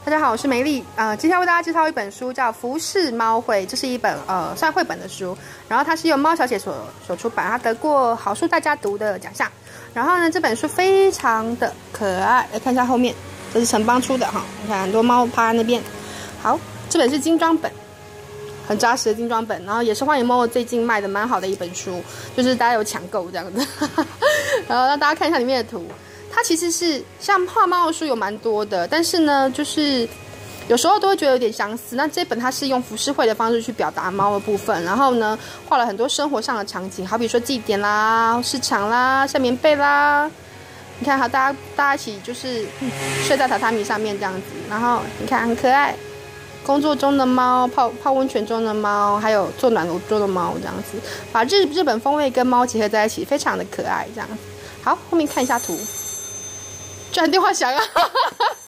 大家好，我是梅丽。今天为大家介绍一本书，叫《浮世猫会》，这是一本算绘本的书。然后它是由猫小姐所出版，它得过好书大家读的奖项。然后呢，这本书非常的可爱，来看一下后面，这是城邦出的哈。你看很多猫趴在那边。好，这本是精装本，很扎实的精装本。然后也是欢迎猫最近卖的蛮好的一本书，就是大家有抢购这样子。然后让大家看一下里面的图。它其实是像画猫的书有蛮多的，但是呢，就是有时候都会觉得有点相似。那这本它是用浮世绘的方式去表达猫的部分，然后呢，画了很多生活上的场景，好比说祭典啦、市场啦、晒棉被啦。你看，好，大家一起就是睡在榻榻米上面这样子，然后你看很可爱。工作中的猫、泡温泉中的猫，还有做暖炉中的猫这样子，把日本风味跟猫结合在一起，非常的可爱这样子。好，后面看一下图。居然电话响啊！